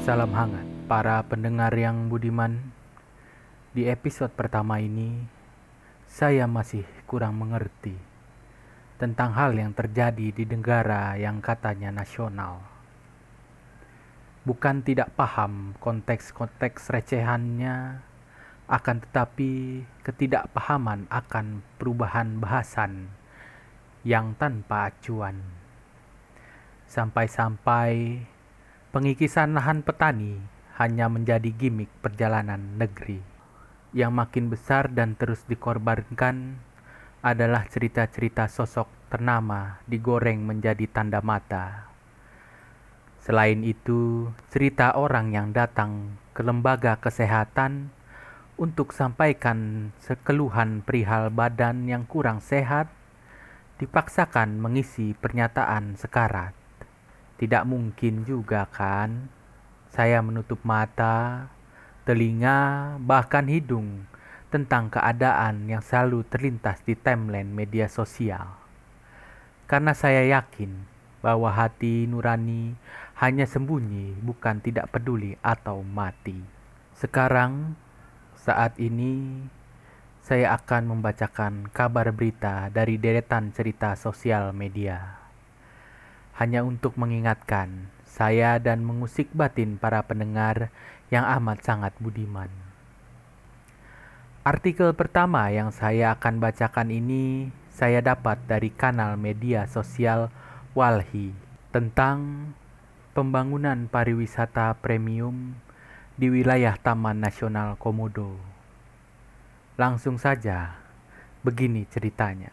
Salam hangat para pendengar yang budiman. Di episode pertama ini, saya masih kurang mengerti tentang hal yang terjadi di negara yang katanya nasional. Bukan tidak paham konteks-konteks recehannya, akan tetapi ketidakpahaman akan perubahan bahasan yang tanpa acuan. Sampai-sampai pengikisan lahan petani hanya menjadi gimik perjalanan negeri. Yang makin besar dan terus dikorbankan adalah cerita-cerita sosok ternama digoreng menjadi tanda mata. Selain itu, cerita orang yang datang ke lembaga kesehatan untuk sampaikan keluhan perihal badan yang kurang sehat, dipaksakan mengisi pernyataan sekarat. Tidak mungkin juga kan saya menutup mata, telinga, bahkan hidung tentang keadaan yang selalu terlintas di timeline media sosial. Karena saya yakin bahwa hati nurani hanya sembunyi, bukan tidak peduli atau mati. Sekarang, saat ini, saya akan membacakan kabar berita dari deretan cerita sosial media. Hanya untuk mengingatkan saya dan mengusik batin para pendengar yang amat sangat budiman. Artikel pertama yang saya akan bacakan ini saya dapat dari kanal media sosial Walhi tentang pembangunan pariwisata premium di wilayah Taman Nasional Komodo. Langsung saja, begini ceritanya.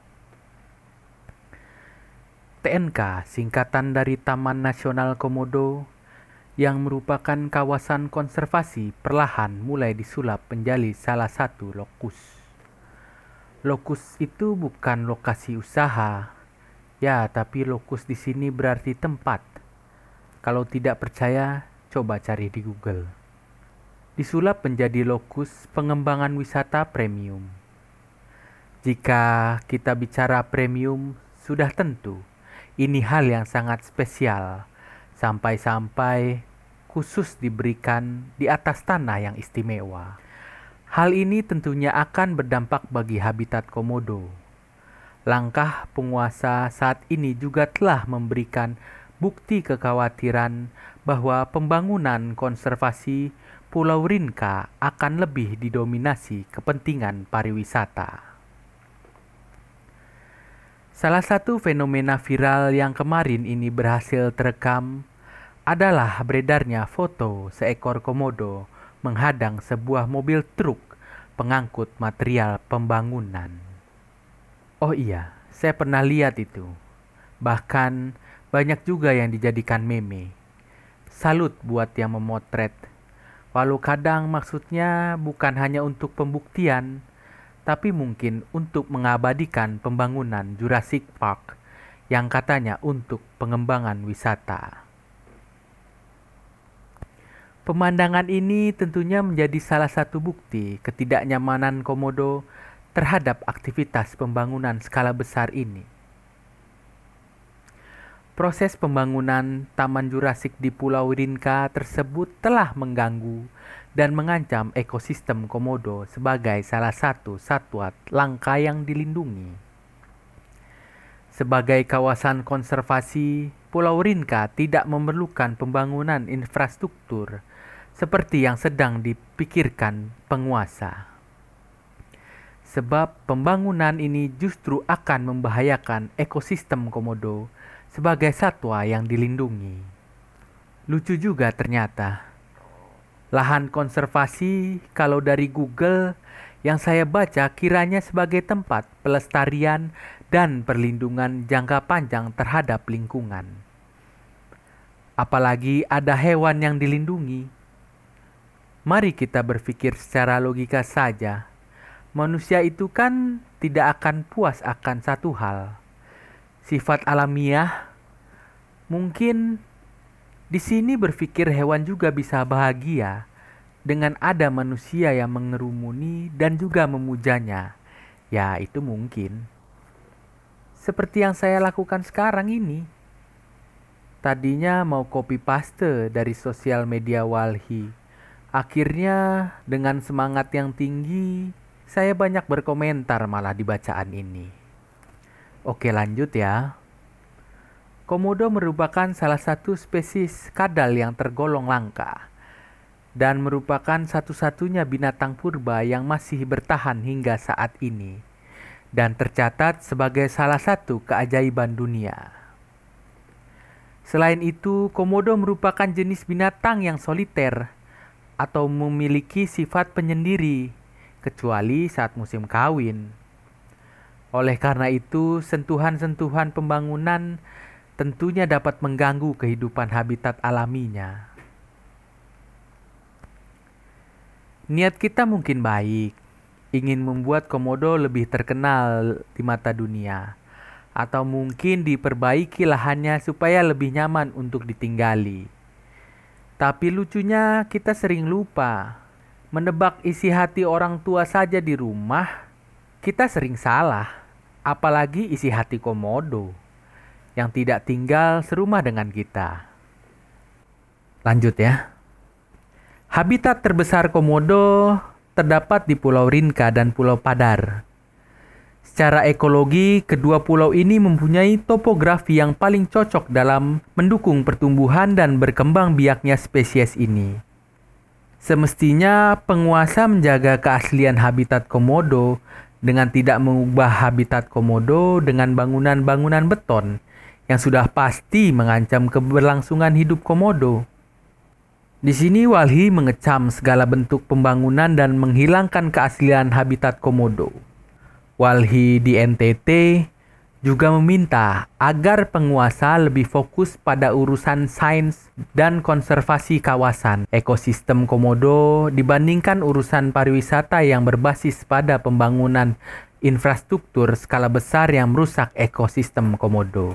TNK, singkatan dari Taman Nasional Komodo, yang merupakan kawasan konservasi perlahan mulai disulap menjadi salah satu lokus. Lokus itu bukan lokasi usaha, ya, tapi lokus di sini berarti tempat. Kalau tidak percaya, coba cari di Google. Disulap menjadi lokus pengembangan wisata premium. Jika kita bicara premium, sudah tentu ini hal yang sangat spesial, sampai-sampai khusus diberikan di atas tanah yang istimewa. Hal ini tentunya akan berdampak bagi habitat komodo. Langkah penguasa saat ini juga telah memberikan bukti kekhawatiran bahwa pembangunan konservasi Pulau Rinca akan lebih didominasi kepentingan pariwisata. Salah satu fenomena viral yang kemarin ini berhasil terekam adalah beredarnya foto seekor komodo menghadang sebuah mobil truk pengangkut material pembangunan. Oh iya, saya pernah lihat itu. Bahkan banyak juga yang dijadikan meme. Salut buat yang memotret. Walau kadang maksudnya bukan hanya untuk pembuktian, tapi mungkin untuk mengabadikan pembangunan Jurassic Park yang katanya untuk pengembangan wisata. Pemandangan ini tentunya menjadi salah satu bukti ketidaknyamanan komodo terhadap aktivitas pembangunan skala besar ini. Proses pembangunan Taman Jurassic di Pulau Rinca tersebut telah mengganggu dan mengancam ekosistem komodo sebagai salah satu satwa langka yang dilindungi. Sebagai kawasan konservasi, Pulau Rinca tidak memerlukan pembangunan infrastruktur seperti yang sedang dipikirkan penguasa. Sebab pembangunan ini justru akan membahayakan ekosistem komodo sebagai satwa yang dilindungi. Lucu juga ternyata. Lahan konservasi kalau dari Google yang saya baca kiranya sebagai tempat pelestarian dan perlindungan jangka panjang terhadap lingkungan. Apalagi ada hewan yang dilindungi. Mari kita berpikir secara logika saja. Manusia itu kan tidak akan puas akan satu hal. Sifat alamiah. Mungkin di sini berpikir hewan juga bisa bahagia dengan ada manusia yang mengerumuni dan juga memujanya. Ya, itu mungkin. Seperti yang saya lakukan sekarang ini. Tadinya mau copy paste dari sosial media Walhi. Akhirnya dengan semangat yang tinggi, saya banyak berkomentar malah di bacaan ini. Oke, lanjut ya. Komodo merupakan salah satu spesies kadal yang tergolong langka dan merupakan satu-satunya binatang purba yang masih bertahan hingga saat ini dan tercatat sebagai salah satu keajaiban dunia. Selain itu, komodo merupakan jenis binatang yang soliter atau memiliki sifat penyendiri, kecuali saat musim kawin. Oleh karena itu, sentuhan-sentuhan pembangunan tentunya dapat mengganggu kehidupan habitat alaminya. Niat kita mungkin baik, ingin membuat komodo lebih terkenal di mata dunia, atau mungkin diperbaiki lahannya supaya lebih nyaman untuk ditinggali. Tapi lucunya kita sering lupa. Menebak isi hati orang tua saja di rumah, kita sering salah. Apalagi isi hati komodo yang tidak tinggal serumah dengan kita. Lanjut ya. Habitat terbesar komodo terdapat di Pulau Rinca dan Pulau Padar. Secara ekologi, kedua pulau ini mempunyai topografi yang paling cocok dalam mendukung pertumbuhan dan berkembang biaknya spesies ini. Semestinya penguasa menjaga keaslian habitat komodo dengan tidak mengubah habitat komodo dengan bangunan-bangunan beton yang sudah pasti mengancam keberlangsungan hidup komodo. Di sini Walhi mengecam segala bentuk pembangunan dan menghilangkan keaslian habitat komodo. Walhi di NTT juga meminta agar penguasa lebih fokus pada urusan sains dan konservasi kawasan ekosistem komodo dibandingkan urusan pariwisata yang berbasis pada pembangunan infrastruktur skala besar yang merusak ekosistem komodo.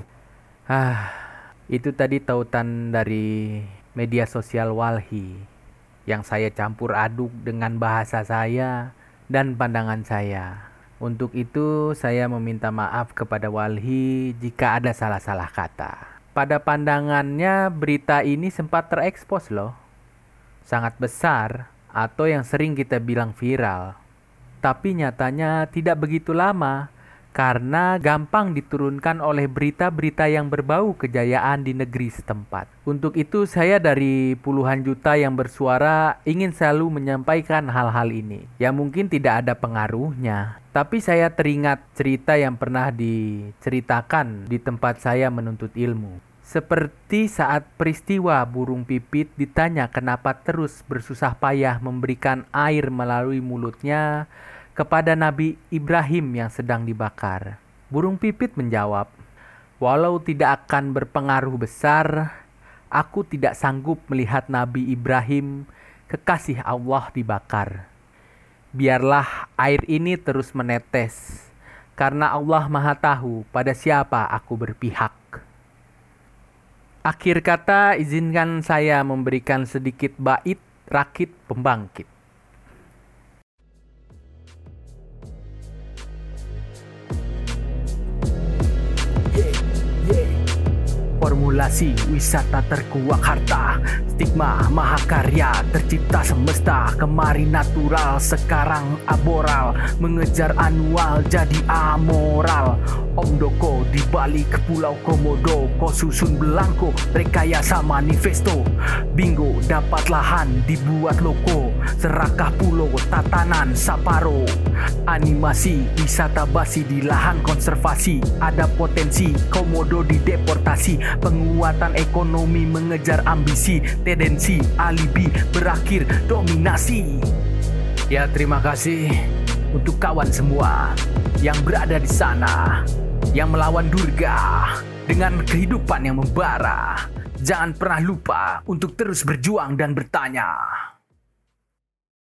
Itu tadi tautan dari media sosial Walhi yang saya campur aduk dengan bahasa saya dan pandangan saya. Untuk itu, saya meminta maaf kepada Walhi jika ada salah-salah kata. Pada pandangannya, berita ini sempat terekspos loh. Sangat besar, atau yang sering kita bilang viral. Tapi nyatanya tidak begitu lama, karena gampang diturunkan oleh berita-berita yang berbau kejayaan di negeri setempat. Untuk itu, saya dari puluhan juta yang bersuara ingin selalu menyampaikan hal-hal ini. Ya mungkin tidak ada pengaruhnya. Tapi saya teringat cerita yang pernah diceritakan di tempat saya menuntut ilmu. Seperti saat peristiwa burung pipit ditanya kenapa terus bersusah payah memberikan air melalui mulutnya kepada Nabi Ibrahim yang sedang dibakar. Burung pipit menjawab, "Walau tidak akan berpengaruh besar, aku tidak sanggup melihat Nabi Ibrahim, kekasih Allah, dibakar. Biarlah air ini terus menetes, karena Allah Maha Tahu pada siapa aku berpihak." Akhir kata, izinkan saya memberikan sedikit bait rakit pembangkit. Formulasi wisata terkuak harta, stigma mahakarya tercipta semesta, kemarin natural sekarang amoral, mengejar anual jadi amoral. Om Doko di balik Pulau Komodo, kau susun belangko rekayasa manifesto. Bingo dapat lahan dibuat loko, serakah pulau tatanan Saparo. Animasi wisata basi di lahan konservasi, ada potensi komodo dideportasi. Penguatan ekonomi mengejar ambisi, tendensi alibi berakhir dominasi. Ya terima kasih untuk kawan semua yang berada di sana, yang melawan Durga dengan kehidupan yang membara. Jangan pernah lupa untuk terus berjuang dan bertanya.